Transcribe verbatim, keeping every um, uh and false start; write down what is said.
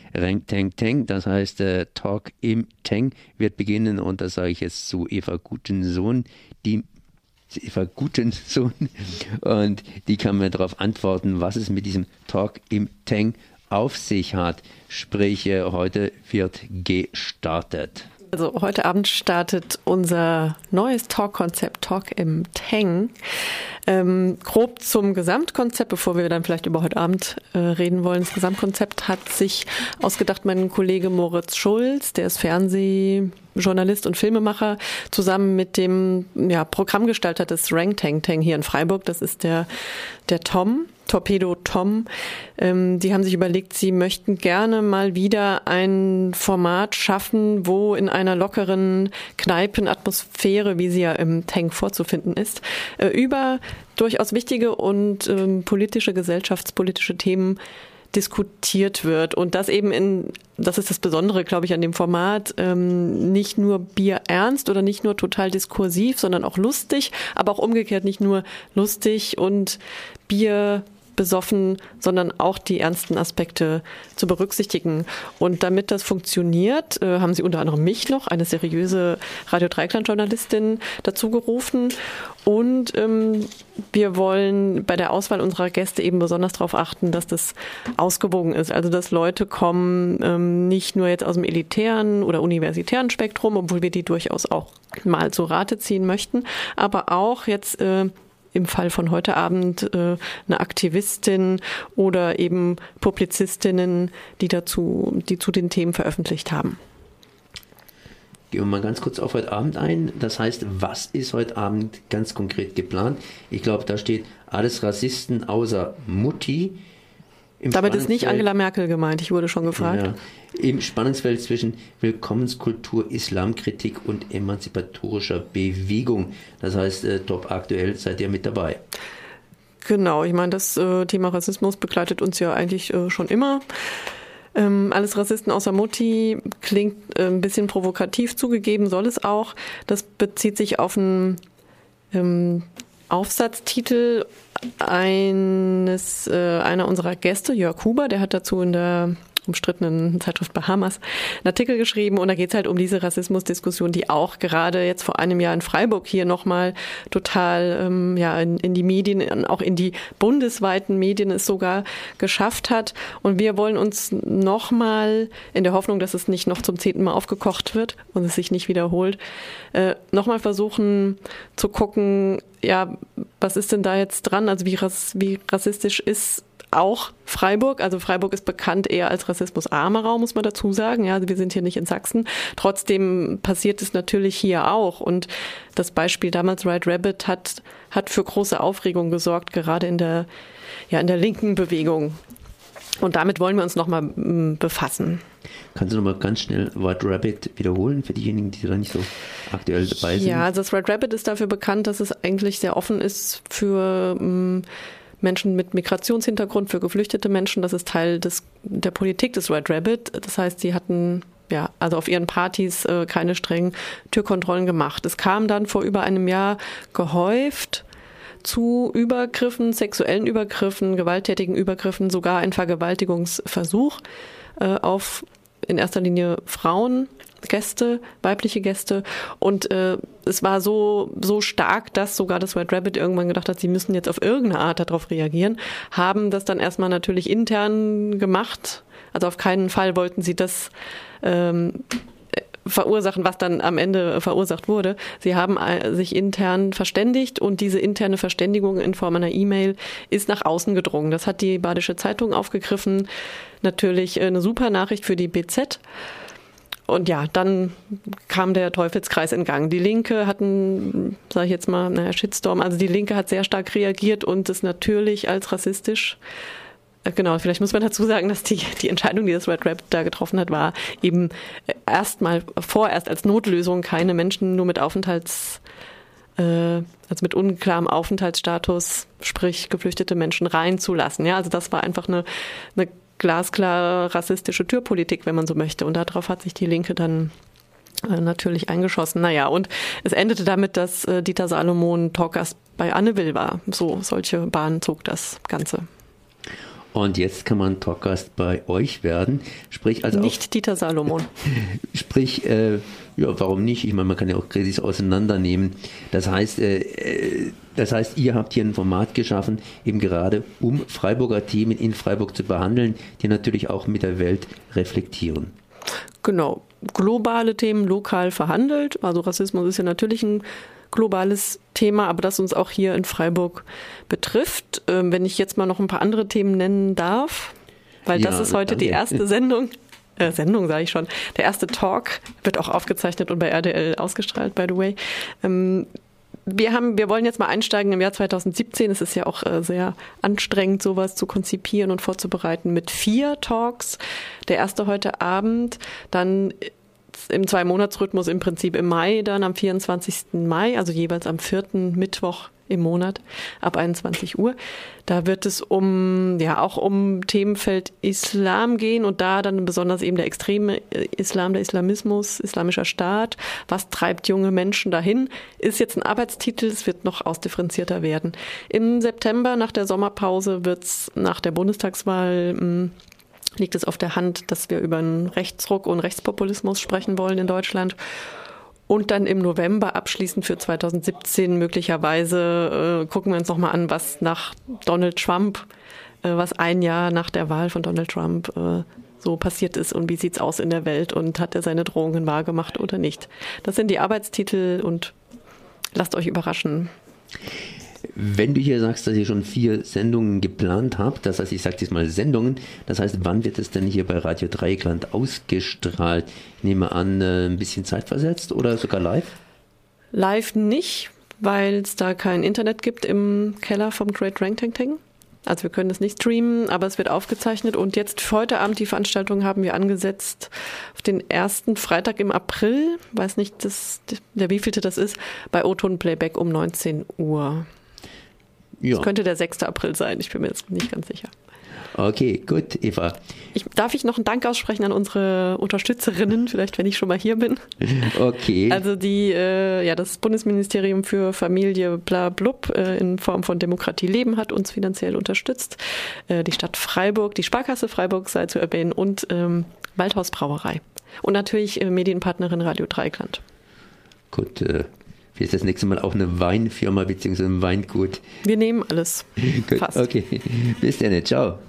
Reng Teng Teng, das heißt äh, Talk im Teng wird beginnen und das sage ich jetzt zu Eva Gutensohn, die Eva Gutensohn und die kann mir darauf antworten, was es mit diesem Talk im Teng auf sich hat. Sprich, äh, heute wird gestartet. Also heute Abend startet unser neues Talk-Konzept, Talk im Teng. Ähm, grob zum Gesamtkonzept, bevor wir dann vielleicht über heute Abend äh, reden wollen. Das Gesamtkonzept hat sich ausgedacht mein Kollege Moritz Schulz, der ist Fernsehjournalist und Filmemacher, zusammen mit dem ja, Programmgestalter des Reng Teng Teng hier in Freiburg. Das ist der, der Tom. Torpedo Tom, ähm, die haben sich überlegt, sie möchten gerne mal wieder ein Format schaffen, wo in einer lockeren Kneipenatmosphäre, wie sie ja im Teng vorzufinden ist, äh, über durchaus wichtige und ähm, politische, gesellschaftspolitische Themen diskutiert wird. Und das eben in, das ist das Besondere, glaube ich, an dem Format, ähm, nicht nur bierernst oder nicht nur total diskursiv, sondern auch lustig, aber auch umgekehrt nicht nur lustig und Bier besoffen, sondern auch die ernsten Aspekte zu berücksichtigen. Und damit das funktioniert, äh, haben sie unter anderem mich noch, eine seriöse Radio Dreikland-Journalistin, dazu gerufen. Und ähm, wir wollen bei der Auswahl unserer Gäste eben besonders darauf achten, dass das ausgewogen ist. Also dass Leute kommen, ähm, nicht nur jetzt aus dem elitären oder universitären Spektrum, obwohl wir die durchaus auch mal zu Rate ziehen möchten, aber auch jetzt äh, im Fall von heute Abend äh, eine Aktivistin oder eben Publizistinnen, die dazu, die zu den Themen veröffentlicht haben. Gehen wir mal ganz kurz auf heute Abend ein. Das heißt, was ist heute Abend ganz konkret geplant? Ich glaube, da steht alles Rassisten außer Mutti. Im Damit ist nicht Angela Merkel gemeint, ich wurde schon gefragt. Ja, im Spannungsfeld zwischen Willkommenskultur, Islamkritik und emanzipatorischer Bewegung. Das heißt, äh, top aktuell seid ihr mit dabei. Genau, ich meine, das äh, Thema Rassismus begleitet uns ja eigentlich äh, schon immer. Ähm, alles Rassisten außer Mutti klingt äh, ein bisschen provokativ zugegeben, soll es auch. Das bezieht sich auf einen ähm, Aufsatztitel eines äh, einer unserer Gäste, Jörg Huber, der hat dazu in der umstrittenen Zeitschrift Bahamas einen Artikel geschrieben und da geht es halt um diese Rassismusdiskussion, die auch gerade jetzt vor einem Jahr in Freiburg hier nochmal total ähm, ja in, in die Medien, auch in die bundesweiten Medien es sogar geschafft hat und wir wollen uns nochmal in der Hoffnung, dass es nicht noch zum zehnten Mal aufgekocht wird und es sich nicht wiederholt, äh, nochmal versuchen zu gucken, ja, was ist denn da jetzt dran, also wie, rass, wie rassistisch ist auch Freiburg, also Freiburg ist bekannt eher als rassismusarmer Raum, muss man dazu sagen. Ja, also wir sind hier nicht in Sachsen. Trotzdem passiert es natürlich hier auch. Und das Beispiel damals White Rabbit hat, hat für große Aufregung gesorgt, gerade in der, ja, in der linken Bewegung. Und damit wollen wir uns nochmal befassen. Kannst du nochmal ganz schnell White Rabbit wiederholen für diejenigen, die da nicht so aktuell dabei sind? Ja, also das White Rabbit ist dafür bekannt, dass es eigentlich sehr offen ist für um, Menschen mit Migrationshintergrund, für geflüchtete Menschen. Das ist Teil des, der Politik des White Rabbit. Das heißt, sie hatten ja also auf ihren Partys äh, keine strengen Türkontrollen gemacht. Es kam dann vor über einem Jahr gehäuft zu Übergriffen, sexuellen Übergriffen, gewalttätigen Übergriffen, sogar ein Vergewaltigungsversuch äh, auf in erster Linie Frauen, Gäste, weibliche Gäste. Und äh, es war so so stark, dass sogar das White Rabbit irgendwann gedacht hat, sie müssen jetzt auf irgendeine Art darauf reagieren, haben das dann erstmal natürlich intern gemacht. Also auf keinen Fall wollten sie das ähm, verursachen, was dann am Ende verursacht wurde. Sie haben sich intern verständigt und diese interne Verständigung in Form einer E-Mail ist nach außen gedrungen. Das hat die Badische Zeitung aufgegriffen. Natürlich eine super Nachricht für die B Z. Und ja, dann kam der Teufelskreis in Gang. Die Linke hatten, sage ich jetzt mal, naja, Shitstorm. Also die Linke hat sehr stark reagiert und es natürlich als rassistisch. Genau, vielleicht muss man dazu sagen, dass die, die Entscheidung, die das Red Rabbit da getroffen hat, war eben erstmal vorerst als Notlösung keine Menschen nur mit Aufenthalts, äh, also mit unklarem Aufenthaltsstatus, sprich geflüchtete Menschen reinzulassen. Ja, also das war einfach eine, eine glasklar rassistische Türpolitik, wenn man so möchte. Und darauf hat sich die Linke dann äh, natürlich eingeschossen. Naja, und es endete damit, dass äh, Dieter Salomon Talkgast bei Anne Will war. So, solche Bahnen zog das Ganze. Und jetzt kann man Talkgast bei euch werden. Sprich also nicht auch, Dieter Salomon. Sprich, äh, ja, warum nicht? Ich meine, man kann ja auch Krisis auseinandernehmen. Das heißt, äh, das heißt, ihr habt hier ein Format geschaffen, eben gerade um Freiburger Themen in Freiburg zu behandeln, die natürlich auch mit der Welt reflektieren. Genau, globale Themen lokal verhandelt. Also Rassismus ist ja natürlich ein globales Thema, aber das uns auch hier in Freiburg betrifft. Ähm, wenn ich jetzt mal noch ein paar andere Themen nennen darf, weil ja, das ist heute danke. Die erste Sendung, äh, Sendung sage ich schon, der erste Talk, wird auch aufgezeichnet und bei R D L ausgestrahlt, by the way. Ähm, wir haben, wir wollen jetzt mal einsteigen im Jahr zweitausendsiebzehn. Es ist ja auch äh, sehr anstrengend, sowas zu konzipieren und vorzubereiten mit vier Talks. Der erste heute Abend, dann im Zwei-Monats-Rhythmus im Prinzip im Mai, dann am vierundzwanzigsten Mai, also jeweils am vierten Mittwoch im Monat ab einundzwanzig Uhr. Da wird es um, ja, auch um Themenfeld Islam gehen und da dann besonders eben der extreme Islam, der Islamismus, Islamischer Staat. Was treibt junge Menschen dahin? Ist jetzt ein Arbeitstitel, es wird noch ausdifferenzierter werden. Im September nach der Sommerpause wird es nach der Bundestagswahl mh, liegt es auf der Hand, dass wir über einen Rechtsruck und Rechtspopulismus sprechen wollen in Deutschland. Und dann im November abschließend für zweitausendsiebzehn möglicherweise äh, gucken wir uns nochmal an, was nach Donald Trump, äh, was ein Jahr nach der Wahl von Donald Trump äh, so passiert ist und wie sieht's aus in der Welt und hat er seine Drohungen wahrgemacht oder nicht. Das sind die Arbeitstitel und lasst euch überraschen. Wenn du hier sagst, dass ihr schon vier Sendungen geplant habt, das heißt, ich sage jetzt mal Sendungen, das heißt, wann wird es denn hier bei Radio Dreieckland ausgestrahlt? Ich nehme an, ein bisschen zeitversetzt oder sogar live? Live nicht, weil es da kein Internet gibt im Keller vom Great Rank Tank Tank. Also wir können das nicht streamen, aber es wird aufgezeichnet und jetzt für heute Abend die Veranstaltung haben wir angesetzt auf den ersten Freitag im April, weiß nicht, das, der wievielte das ist, bei O-Ton Playback um neunzehn Uhr. Ja. Das könnte der sechste April sein, ich bin mir jetzt nicht ganz sicher. Okay, gut, Eva. Ich, darf ich noch einen Dank aussprechen an unsere Unterstützerinnen, vielleicht wenn ich schon mal hier bin? Okay. Also die, äh, ja, das Bundesministerium für Familie bla blub äh, in Form von Demokratie Leben hat uns finanziell unterstützt. Äh, die Stadt Freiburg, die Sparkasse Freiburg sei zu erwähnen und ähm, Waldhaus Brauerei. Und natürlich äh, Medienpartnerin Radio Dreieckland. Gut, äh. Ist das nächste Mal auch eine Weinfirma bzw. ein Weingut? Wir nehmen alles. Gut, fast. Okay. Bis dann. Ciao.